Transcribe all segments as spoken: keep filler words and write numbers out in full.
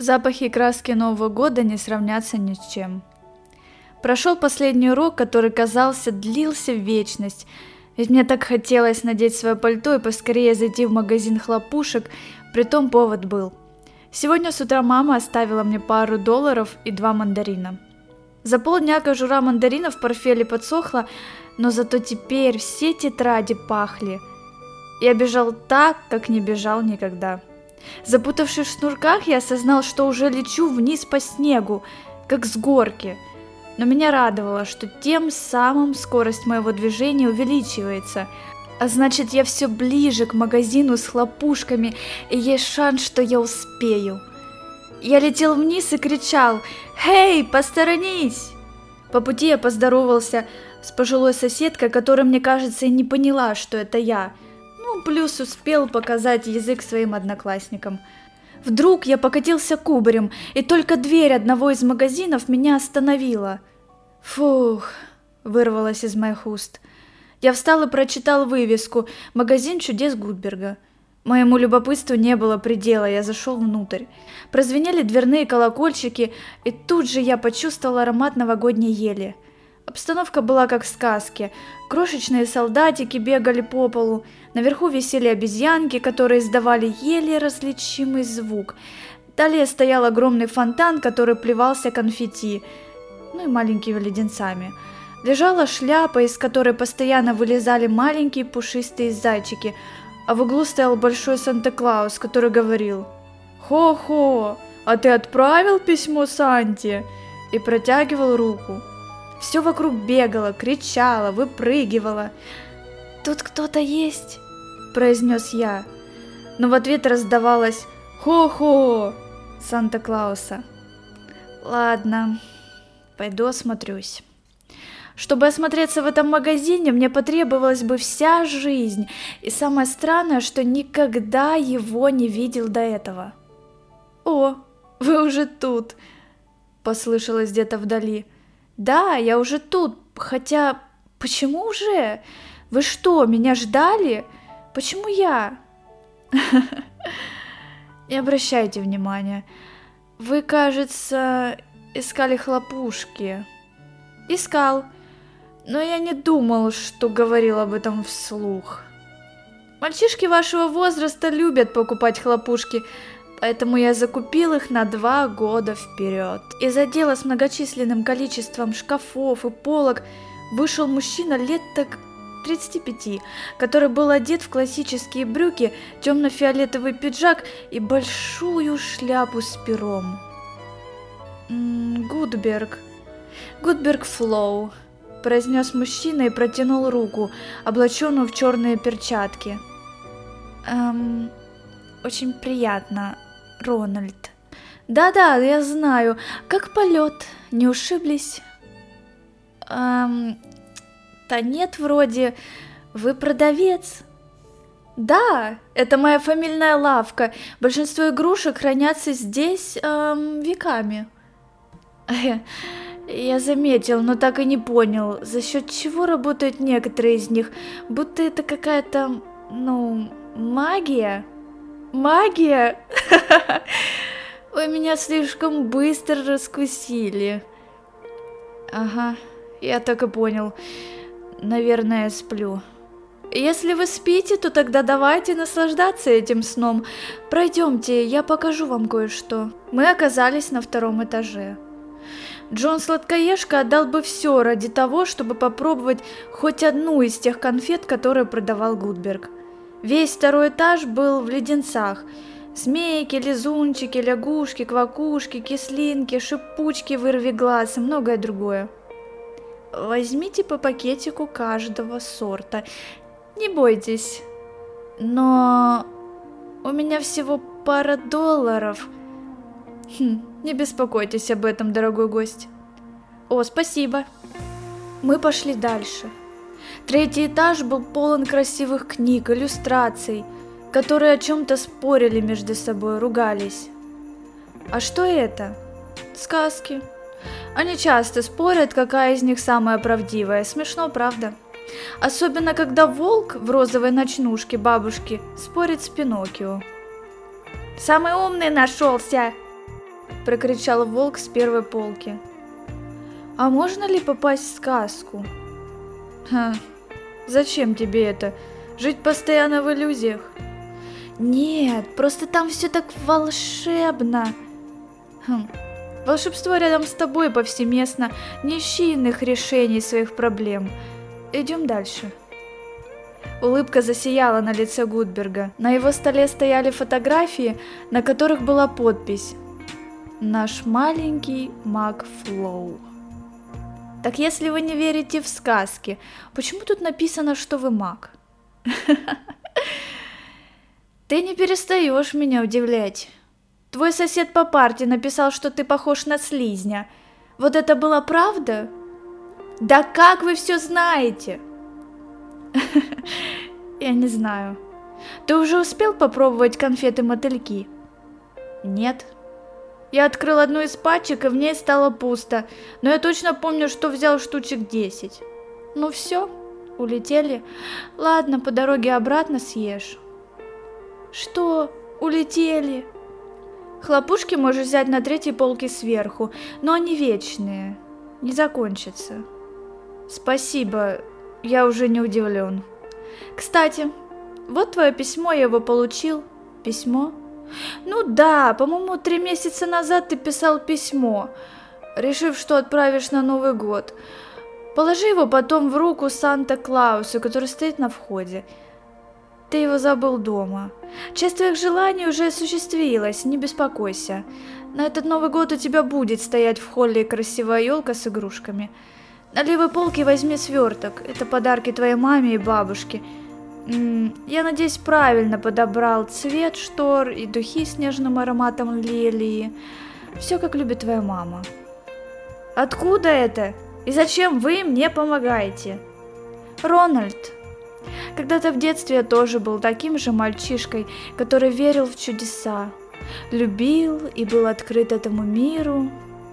Запахи и краски Нового года не сравнятся ни с чем. Прошел последний урок, который, казался, длился в вечность, ведь мне так хотелось надеть свое пальто и поскорее зайти в магазин хлопушек, притом повод был. Сегодня с утра мама оставила мне пару долларов и два мандарина. За полдня кожура мандарина в портфеле подсохла, но зато теперь все тетради пахли. Я бежал так, как не бежал никогда. Запутавшись в шнурках, я осознал, что уже лечу вниз по снегу, как с горки. Но меня радовало, что тем самым скорость моего движения увеличивается, а значит, я все ближе к магазину с хлопушками, и есть шанс, что я успею. Я летел вниз и кричал: «Эй, посторонись!» По пути я поздоровался с пожилой соседкой, которая, мне кажется, и не поняла, что это я. Ну, плюс успел показать язык своим одноклассникам. Вдруг я покатился кубарем, и только дверь одного из магазинов меня остановила. Фух, вырвалось из моих уст. Я встал и прочитал вывеску «Магазин чудес Гутберга». Моему любопытству не было предела, я зашел внутрь. Прозвенели дверные колокольчики, и тут же я почувствовал аромат новогодней ели. Обстановка была как в сказке. Крошечные солдатики бегали по полу, наверху висели обезьянки, которые издавали еле различимый звук. Далее стоял огромный фонтан, который плевался конфетти, ну и маленькими леденцами. Лежала шляпа, из которой постоянно вылезали маленькие пушистые зайчики, а в углу стоял большой Санта-Клаус, который говорил: «Хо-хо, а ты отправил письмо Санте?» и протягивал руку. Все вокруг бегало, кричало, выпрыгивало. «Тут кто-то есть?» – произнес я. Но в ответ раздавалось «Хо-хо» Санта-Клауса. Ладно, пойду осмотрюсь. Чтобы осмотреться в этом магазине, мне потребовалась бы вся жизнь. И самое странное, что никогда его не видел до этого. «О, вы уже тут!» – послышалось где-то вдали. «Да, я уже тут, хотя... Почему уже? Вы что, меня ждали? Почему я?» Не обращайте внимания. Вы, кажется, искали хлопушки. Искал, но я не думал, что говорил об этом вслух. Мальчишки вашего возраста любят покупать хлопушки, поэтому я закупил их на два года вперед. Из отдела с многочисленным количеством шкафов и полок вышел мужчина лет так тридцати пяти, который был одет в классические брюки, темно-фиолетовый пиджак и большую шляпу с пером. М-м, Гутберг. Гутберг Флоу, произнес мужчина и протянул руку, облаченную в черные перчатки. Эм, очень приятно, Рональд. Да-да, я знаю. Как полет? Не ушиблись? Эм, да нет, вроде. Вы продавец? Да, это моя фамильная лавка. Большинство игрушек хранятся здесь эм, веками. Я заметил, но так и не понял, за счет чего работают некоторые из них, будто это какая-то, ну, магия. Магия? Вы меня слишком быстро раскусили. Ага, я так и понял. Наверное, сплю. Если вы спите, то тогда давайте наслаждаться этим сном. Пройдемте, я покажу вам кое-что. Мы оказались на втором этаже. Джон Сладкоежка отдал бы все ради того, чтобы попробовать хоть одну из тех конфет, которые продавал Гутберг. Весь второй этаж был в леденцах. Змейки, лизунчики, лягушки, квакушки, кислинки, шипучки, вырви глаз и многое другое. Возьмите по пакетику каждого сорта. Не бойтесь. Но у меня всего пара долларов. Хм, не беспокойтесь об этом, дорогой гость. О, спасибо. Мы пошли дальше. Третий этаж был полон красивых книг, иллюстраций, которые о чем-то спорили между собой, ругались. А что это? Сказки. Они часто спорят, какая из них самая правдивая. Смешно, правда? Особенно, когда волк в розовой ночнушке бабушки спорит с Пиноккио. Самый умный нашелся. – прокричал волк с первой полки. «А можно ли попасть в сказку?» «Ха, зачем тебе это? Жить постоянно в иллюзиях?» «Нет, просто там все так волшебно!» «Хм, волшебство рядом с тобой повсеместно, не ищи иных решений своих проблем. Идем дальше». Улыбка засияла на лице Гутберга. На его столе стояли фотографии, на которых была подпись «Наш маленький маг Флоу». «Так если вы не верите в сказки, почему тут написано, что вы маг?» «Ты не перестаешь меня удивлять. Твой сосед по парте написал, что ты похож на слизня. Вот это была правда? Да как вы все знаете?» «Я не знаю. Ты уже успел попробовать конфеты-мотыльки?» «Нет. Я открыл одну из пачек, и в ней стало пусто, но я точно помню, что взял штучек десять. Ну все, улетели. Ладно, по дороге обратно съешь». «Что? Улетели?» «Хлопушки можешь взять на третьей полке сверху, но они вечные, не закончатся». «Спасибо, я уже не удивлен. Кстати, вот твое письмо, я его получил». «Письмо?» «Ну да, по-моему, три месяца назад ты писал письмо, решив, что отправишь на Новый год. Положи его потом в руку Санта-Клаусу, который стоит на входе. Ты его забыл дома. Часть твоих желаний уже осуществилась, не беспокойся. На этот Новый год у тебя будет стоять в холле красивая елка с игрушками. На левой полке возьми сверток, это подарки твоей маме и бабушке. М-м, я надеюсь, правильно подобрал цвет штор и духи с нежным ароматом лилии. Все, как любит твоя мама». «Откуда это? И зачем вы мне помогаете?» «Рональд, когда-то в детстве я тоже был таким же мальчишкой, который верил в чудеса, любил и был открыт этому миру».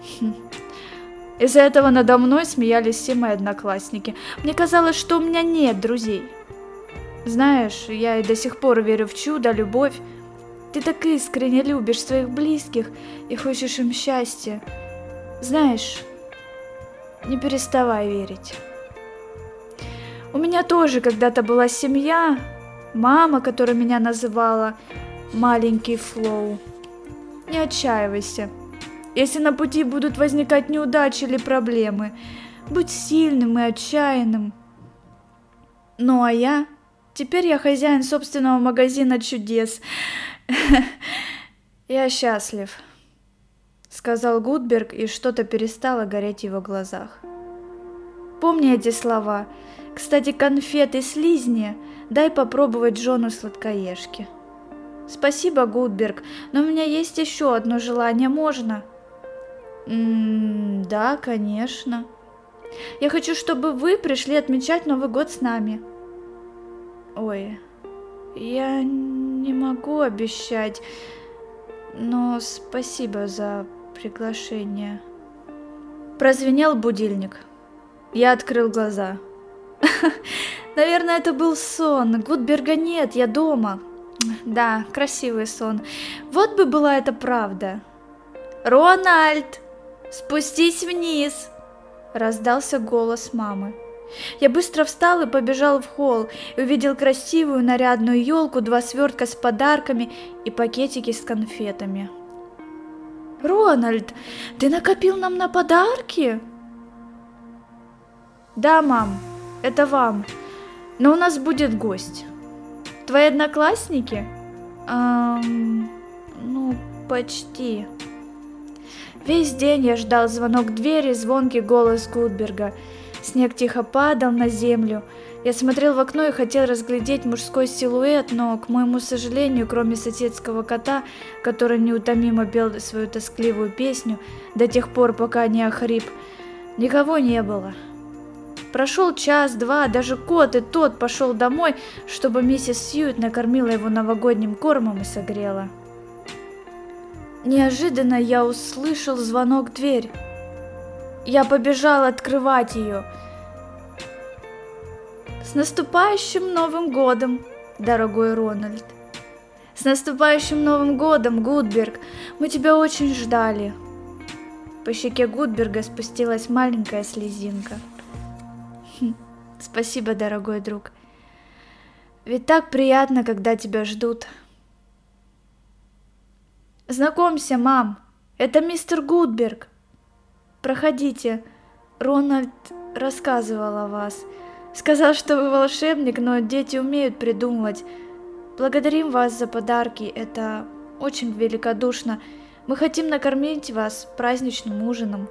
Из-за этого надо мной смеялись все мои одноклассники. Мне казалось, что у меня нет друзей. Знаешь, я и до сих пор верю в чудо, любовь. Ты так искренне любишь своих близких и хочешь им счастья. Знаешь, не переставай верить. У меня тоже когда-то была семья, мама, которая меня называла «маленький Флоу». Не отчаивайся. Если на пути будут возникать неудачи или проблемы, будь сильным и отчаянным. Ну а я, теперь я хозяин собственного магазина чудес. Я счастлив, сказал Гутберг, и что-то перестало гореть в его глазах. Помни эти слова. Кстати, конфеты слизни дай попробовать Джону сладкоежке. Спасибо, Гутберг, но у меня есть еще одно желание, можно? М-м, да, конечно. Я хочу, чтобы вы пришли отмечать Новый год с нами. Ой, я не могу обещать, но спасибо за приглашение. Прозвенел будильник. Я открыл глаза. Наверное, это был сон. Гутберга нет, я дома. Да, красивый сон. Вот бы была эта правда. «Рональд, спустись вниз!» Раздался голос мамы. Я быстро встал и побежал в холл, и увидел красивую нарядную елку, два свертка с подарками и пакетики с конфетами. «Рональд, ты накопил нам на подарки?» «Да, мам, это вам, но у нас будет гость. Твои одноклассники?» Эм, ну, почти. Весь день я ждал звонок в дверь и звонкий голос Гутберга. Снег тихо падал на землю. Я смотрел в окно и хотел разглядеть мужской силуэт, но, к моему сожалению, кроме соседского кота, который неутомимо пел свою тоскливую песню до тех пор, пока не охрип, никого не было. Прошел час-два, даже кот и тот пошел домой, чтобы миссис Сьюит накормила его новогодним кормом и согрела. Неожиданно я услышал звонок в дверь. Я побежал открывать ее. «С наступающим Новым годом, дорогой Рональд! С наступающим Новым годом, Гутберг! Мы тебя очень ждали. По щеке Гутберга спустилась маленькая слезинка. Хм, спасибо, дорогой друг. Ведь так приятно, когда тебя ждут. Знакомься, мам, это мистер Гутберг. Проходите, Рональд рассказывал о вас. Сказал, что вы волшебник, но дети умеют придумывать. Благодарим вас за подарки, это очень великодушно. Мы хотим накормить вас праздничным ужином.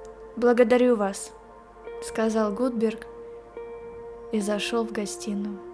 Благодарю вас, сказал Гутберг и зашел в гостиную.